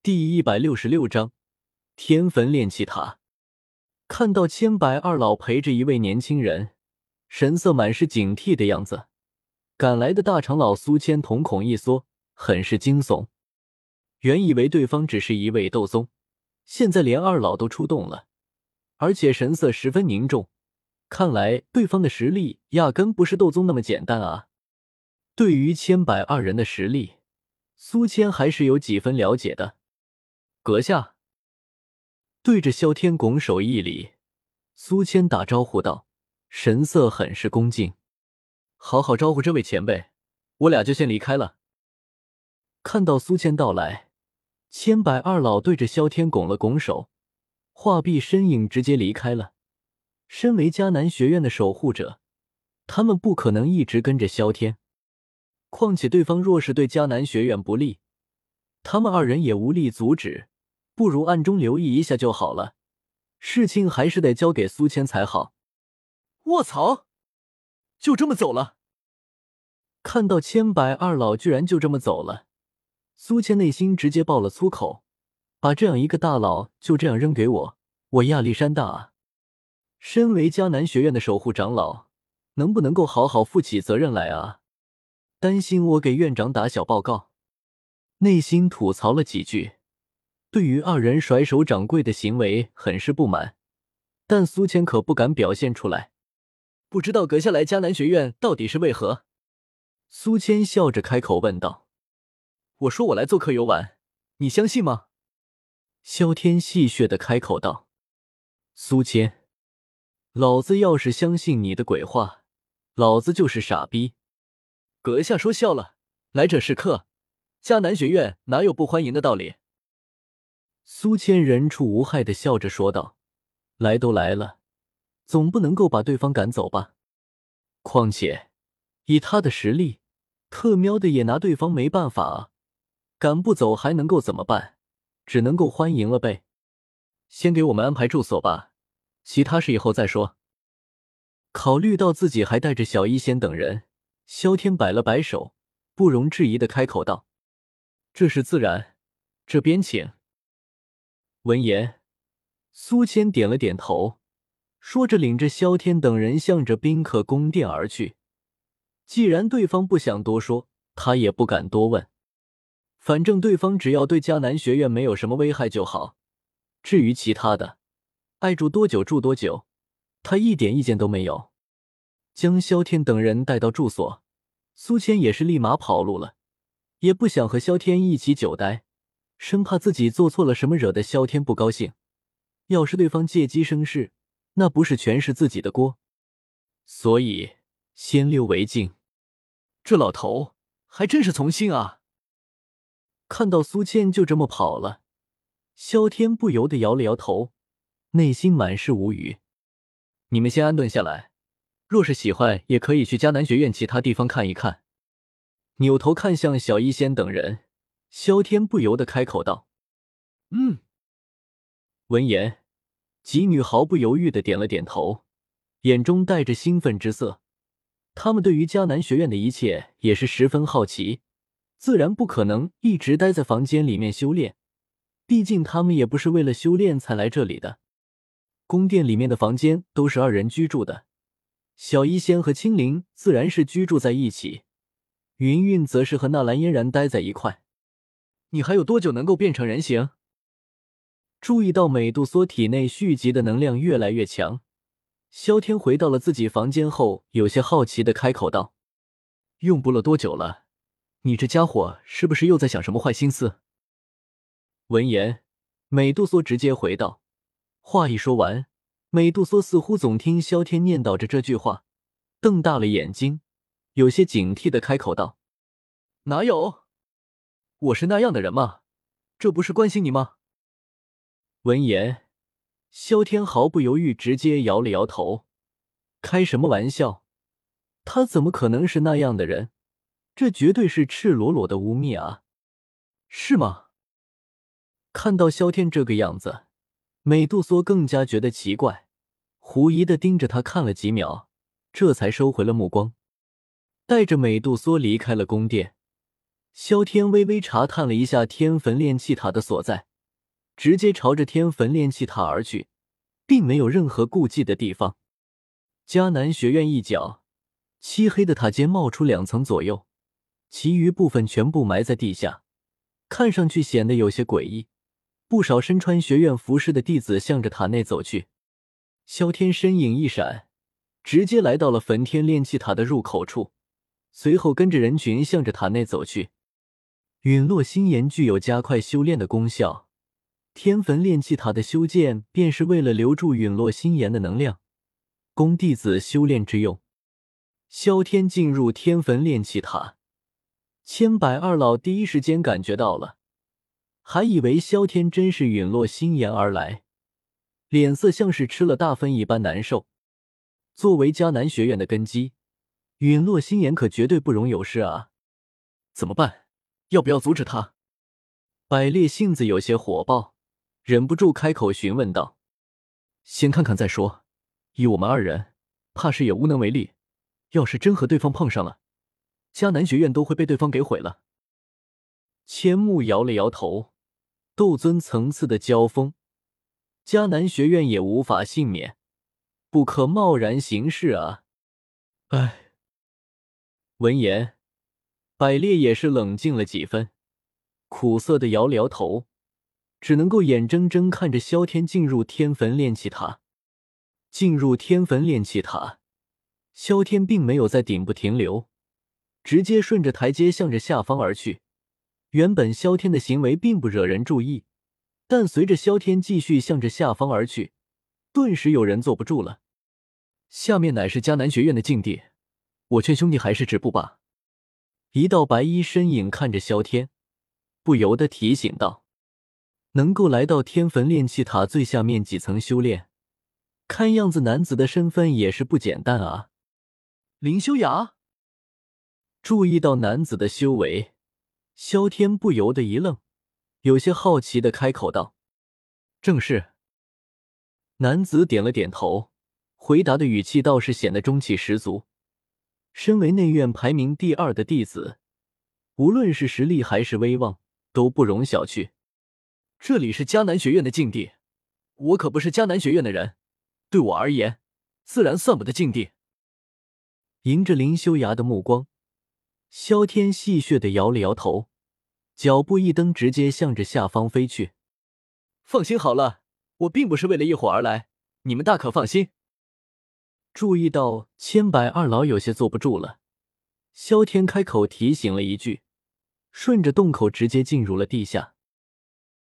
第166章天坟炼气塔。看到千百二老陪着一位年轻人，神色满是警惕的样子，赶来的大长老苏谦瞳孔一缩，很是惊悚。原以为对方只是一位斗宗，现在连二老都出动了，而且神色十分凝重，看来对方的实力压根不是斗宗那么简单啊。对于千百二人的实力，苏谦还是有几分了解的。阁下对着萧天拱手一礼，苏谦打招呼道，神色很是恭敬。好好招呼这位前辈，我俩就先离开了。看到苏谦到来，千百二老对着萧天拱了拱手，画壁身影直接离开了。身为迦南学院的守护者，他们不可能一直跟着萧天，况且对方若是对迦南学院不利，他们二人也无力阻止，不如暗中留意一下就好了，事情还是得交给苏谦才好。 卧槽，就这么走了？ 看到千百二老居然就这么走了，苏谦内心直接爆了粗口，把这样一个大佬就这样扔给我，我压力山大啊！身为迦南学院的守护长老，能不能够好好负起责任来啊？担心我给院长打小报告。内心吐槽了几句，对于二人甩手掌柜的行为很是不满，但苏谦可不敢表现出来。不知道阁下来迦南学院到底是为何？苏谦笑着开口问道。我说我来做客游玩，你相信吗？萧天戏谑地开口道。苏谦，老子要是相信你的鬼话，老子就是傻逼。阁下说笑了，来者是客，迦南学院哪有不欢迎的道理？苏谦人畜无害地笑着说道。来都来了，总不能够把对方赶走吧？况且以他的实力，特喵的也拿对方没办法啊，赶不走还能够怎么办？只能够欢迎了呗。先给我们安排住所吧，其他事以后再说。考虑到自己还带着小医仙等人，萧天摆了摆手，不容置疑地开口道。这是自然，这边请。闻言，苏谦点了点头，说着领着萧天等人向着宾客宫殿而去。既然对方不想多说，他也不敢多问。反正对方只要对迦南学院没有什么危害就好，至于其他的，爱住多久住多久，他一点意见都没有。将萧天等人带到住所，苏谦也是立马跑路了，也不想和萧天一起久待，生怕自己做错了什么惹得萧天不高兴。要是对方借机生事，那不是全是自己的锅。所以先溜为敬。 这老头还真是从心啊！ 看到苏谦就这么跑了，萧天不由得摇了摇头，内心满是无语。你们先安顿下来，若是喜欢也可以去迦南学院其他地方看一看。扭头看向小医仙等人，萧天不由得开口道。闻言，几女毫不犹豫地点了点头，眼中带着兴奋之色。他们对于迦南学院的一切也是十分好奇，自然不可能一直待在房间里面修炼，毕竟他们也不是为了修炼才来这里的。宫殿里面的房间都是二人居住的，小医仙和青灵自然是居住在一起，云韵则是和纳兰嫣然待在一块。你还有多久能够变成人形？注意到美杜莎体内蓄积的能量越来越强，萧天回到了自己房间后，有些好奇地开口道。用不了多久了，你这家伙是不是又在想什么坏心思？闻言，美杜莎直接回道。话一说完，美杜莎似乎总听萧天念叨着这句话，瞪大了眼睛，有些警惕地开口道。哪有？我是那样的人吗？这不是关心你吗？闻言，萧天毫不犹豫直接摇了摇头。开什么玩笑，他怎么可能是那样的人？这绝对是赤裸裸的污蔑啊！是吗？看到萧天这个样子，美杜莎更加觉得奇怪，狐疑地盯着他看了几秒，这才收回了目光，带着美杜莎离开了宫殿。 萧天微微查探了一下天焚炼气塔的所在，直接朝着天焚炼气塔而去，并没有任何顾忌的地方。迦南学院一角，漆黑的塔尖冒出2层左右，其余部分全部埋在地下，看上去显得有些诡异。不少身穿学院服饰的弟子向着塔内走去。萧天身影一闪，直接来到了焚天炼气塔的入口处，随后跟着人群向着塔内走去。陨落心炎具有加快修炼的功效，天焚炼气塔的修建便是为了留住陨落心炎的能量，供弟子修炼之用。萧天进入天焚炼气塔，千百二老第一时间感觉到了，还以为萧天真是陨落心炎而来，脸色像是吃了大芬一般难受。作为迦南学院的根基，陨落心炎可绝对不容有失啊！ 怎么办？要不要阻止他？ 百烈性子有些火爆，忍不住开口询问道：“ 先看看再说，以我们2人，怕是也无能为力。要是真和对方碰上了，迦南学院都会被对方给毁了。” 千木摇了摇头，斗尊层次的交锋，迦南学院也无法幸免，不可贸然行事啊！ 唉。 闻言，百烈也是冷静了几分，苦涩的摇了摇头，只能够眼睁睁看着萧天进入天焚炼气塔。进入天焚炼气塔，萧天并没有在顶部停留，直接顺着台阶向着下方而去。原本萧天的行为并不惹人注意，但随着萧天继续向着下方而去，顿时有人坐不住了。 下面乃是迦南学院的境地，我劝兄弟还是止步吧。 一道白衣身影看着萧天，不由得提醒道：“能够来到天焚炼气塔最下面几层修炼，看样子男子的身份也是不简单啊。” 林修雅注意到男子的修为，萧天不由得一愣，有些好奇的开口道：“ 正是。” 男子点了点头，回答的语气倒是显得中气十足。身为内院排名第2的弟子，无论是实力还是威望，都不容小觑。 这里是迦南学院的境地，我可不是迦南学院的人，对我而言，自然算不得境地。 迎着林修崖的目光，萧天戏谑的摇了摇头，脚步一蹬，直接向着下方飞去。 放心好了，我并不是为了一伙而来，你们大可放心。 注意到千百二老有些坐不住了，萧天开口提醒了一句，顺着洞口直接进入了地下。